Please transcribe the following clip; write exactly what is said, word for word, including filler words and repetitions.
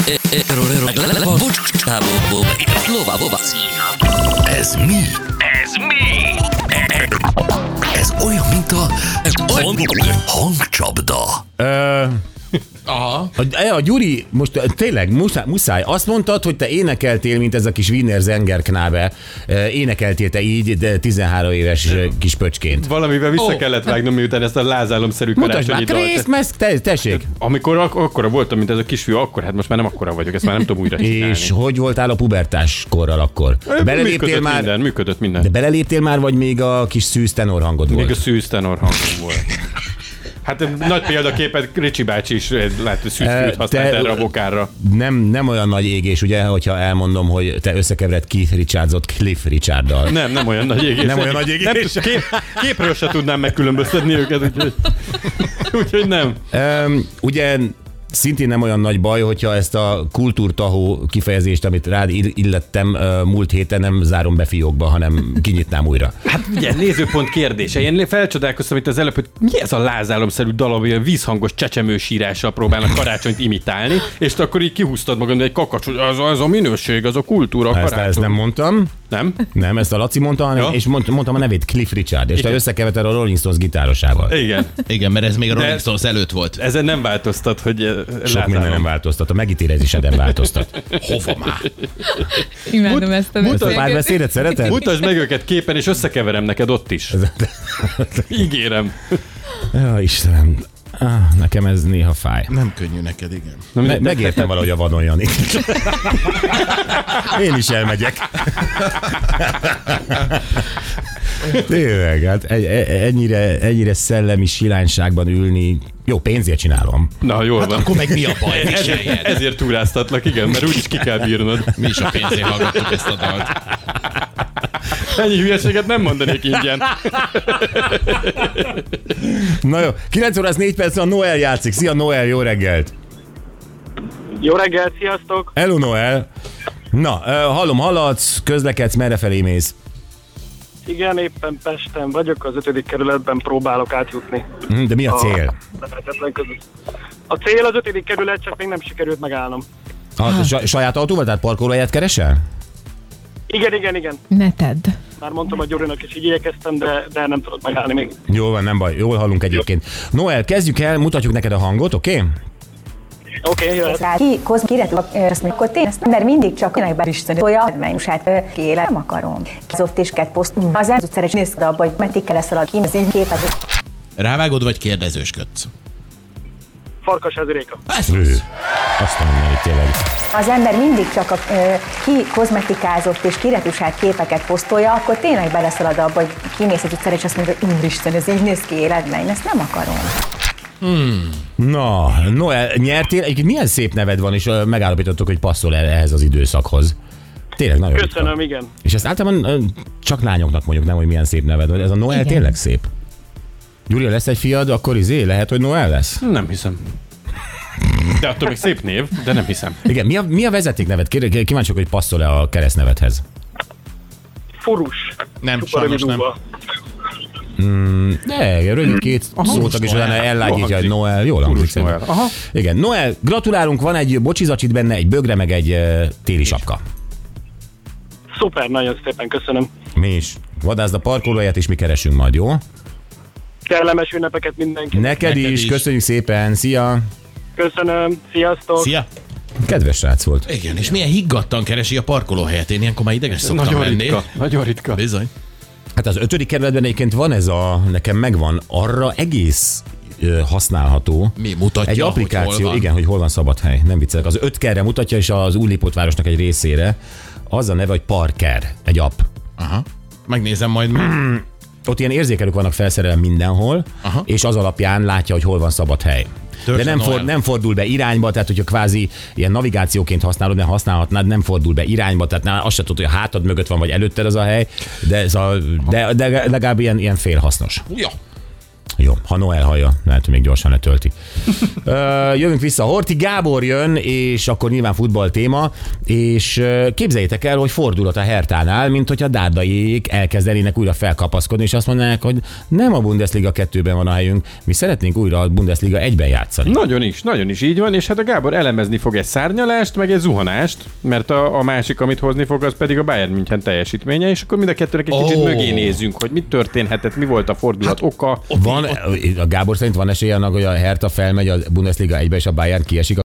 Ez mi? Ez mi? Ez olyan, mint a hangcsapda. Ö... Aha. A, a Gyuri, most tényleg muszáj, muszáj. Azt mondtad, hogy te énekeltél, mint ez a kis Wiener Zengerknabe. Énekeltél te így, de tizenhárom éves kis pöcsként. Valamivel vissza oh. kellett vágnom, miután ezt a lázálomszerű karácsonyi dalt. Mutasd már, te, tessék. Amikor ak- akkora voltam, mint ez a kisfiú, akkor hát most már nem akkora vagyok, ezt már nem tudom újra csinálni. És hogy voltál a pubertás korral akkor? Beleléptél működött már? Minden, működött minden. De beleléptél már, vagy még a kis szűz tenor hangod volt? Még a szűz tenor hangom volt. Hát nagy példaképet Ricsi bácsi is lehet, hogy szűzfűt használt erre a vokárra. Nem, nem olyan nagy égés, ugye, hogyha elmondom, hogy te összekevered Keith Richardsot Cliff Richarddal. Nem, nem olyan nagy égés. Nem olyan nagy égés. Nem, kép, képről se tudnám megkülönböztetni őket, úgyhogy, úgyhogy nem. Um, ugye szintén nem olyan nagy baj, hogyha ezt a kultúrtahó kifejezést, amit rád illettem múlt héten, nem zárom be fiókba, hanem kinyitnám újra. Hát ugye, nézőpont kérdése. Én felcsodálkoztam itt az előbb, hogy mi ez a lázálomszerű dal, ami a vízhangos csecsemősírással próbálnak karácsonyt imitálni, és te akkor így kihúztad magad egy kakacs, hogy az, az a minőség, az a kultúra, a karácsony. Ezt, ezt nem mondtam. Nem? Nem, ezt a Laci mondta, hanem, ja. és mond, mondtam a nevét Cliff Richard, és igen. te összekeverted a Rolling Stones gitárosával. Igen. Igen, mert ez még a Rolling Stones előtt volt. Ezen nem változtat, hogy sok lázálom. Minden nem változtat, a megítélezéseden változtat. Hova már? Imádom ezt a Mutat, párbeszédet szereted? Mutasd meg őket képen, és összekeverem neked ott is. Ígérem. Ja, Istenem. Ah, nekem ez néha fáj. Nem könnyű neked, igen. Na, Me- megértem valahogy a vadon, Jani. Én is elmegyek. Tényleg, hát ennyire, ennyire szellemi silányságban ülni, jó, pénzért csinálom. Na, jól hát van. akkor meg mi a baj? Ezért, ezért túráztatlak, igen, mert úgyis ki kell bírnod. Mi is a pénzért hallgattuk ezt a dalt. Ennyi hülyeséget nem mondanék ingyen. Na jó, kilenc óra négy perc, a Noel játszik. Szia Noel, jó reggelt! Jó reggelt, sziasztok! Hello Noel! Na, hallom, haladsz, közlekedsz, merre felé mész? Igen, éppen Pesten vagyok, az ötödik kerületben próbálok átjutni. De mi a cél? A, a cél az ötödik kerület, csak még nem sikerült megállnom. A saját autóval, tehát parkolóhelyet keresel? Igen, igen, igen. Ne tedd. Már mondtam a Gyurinak, és így igyekeztem, de, de nem tudod megállni még. Jó van, nem baj, jól hallunk egyébként. Noel, kezdjük el, mutatjuk neked a hangot, oké? Okay? Oké, okay, jöhet. Ki, kozm, kiretül, azt mondjuk, akkor tényleg, mert mindig csak ennek beisteni, olyan admányusát kérem, nem akarom. Az ott is kett poszt, az nem tudsz szeretni, nézd abba, hogy metikkel leszel a kín, az így képet. Rávágod, vagy kérdezősködsz? Farkas Réka. Ez az. Azt mondom, hogy tényleg. Az ember mindig csak a ki kozmetikázott és kiretusált képeket posztolja, akkor tényleg beleszalad abba, hogy kimész egy utcára, és azt mondja, hogy úristen, ez így néz ki életben, ezt nem akarom. Hmm. Na, Noel, nyertél? Egyébként milyen szép neved van, és megállapítottuk, hogy passzol ehhez az időszakhoz. Tényleg nagyon Köszönöm, ritka. igen. És ezt általában csak lányoknak mondjuk, nem, hogy milyen szép neved van. Ez a Noel igen. Tényleg szép. Gyuri, lesz egy fiad, akkor izé, lehet, hogy Noel lesz? Nem hiszem. De attól még szép név, de nem hiszem. Igen, mi a, mi a vezetékneved? Kíváncsiak, hogy passzol-e a keresztnevedhez? Furus. Nem, sajnos nem. Mm, de, rövid két szótag is utána ellágyítja, hogy Noel. Jól hangzik Noel. Aha. Igen, Noel, gratulálunk, van egy bocsizacsit benne, egy bögre, meg egy uh, téli sapka. Szuper, nagyon szépen köszönöm. Mi is. Vadászd a parkolóját, és mi keresünk majd, jó? Kellemes ünnepeket mindenkinek. Neked, Neked is, is, köszönjük szépen, szia! Köszönöm, sziasztok! Szia! Kedves srác volt. Igen, és milyen higgadtan keresi a parkolóhelyet. Én ilyenkor már ideges szoktam nagyon lenni. Ritka, nagyon ritka. Bizony. Hát az ötödik kerületben egyébként van ez a, nekem megvan, arra egész ö, használható. Mi mutatja, egy applikáció, hogy hol van. Igen, hogy hol van szabad hely. Nem viccelek. Az ötkerre mutatja, és az Újlipótvárosnak egy részére az a neve, hogy Parker, egy app. Aha. Megnézem majd. Hmm. Ott ilyen érzékelők vannak felszerelve mindenhol, aha. és az alapján látja, hogy hol van szabad hely. De nem, for, nem fordul be irányba, tehát hogyha kvázi ilyen navigációként használod, ne használhatnád, nem fordul be irányba, tehát azt se tudod, hogy a hátad mögött van, vagy előtted az a hely, de, ez a, de, de legalább ilyen, ilyen félhasznos. Ja. Jó, ha Noel hallja, lehet, hogy még gyorsan letölti. Ö, jövünk vissza. Horthy Gábor jön, és akkor nyilván futball téma, és képzeljétek el, hogy fordulat a Hertánál, mint hogyha Dárdaiék elkezdenének újra felkapaszkodni, és azt mondanák, hogy nem a Bundesliga kettőben van a helyünk, mi szeretnénk újra a Bundesliga egyben játszani. Nagyon is, nagyon is így van, és hát a Gábor elemezni fog egy szárnyalást, meg egy zuhanást, mert a, a másik, amit hozni fog, az pedig a Bayern München teljesítménye, és akkor mind a kettőnek egy oh. kicsit mögé nézzünk, hogy mit történhetett, mi volt a fordulat hát, oka. Van, a Gábor szerint van esélye annak, hogy a Hertha felmegy a Bundesliga egybe, és a Bayern kiesik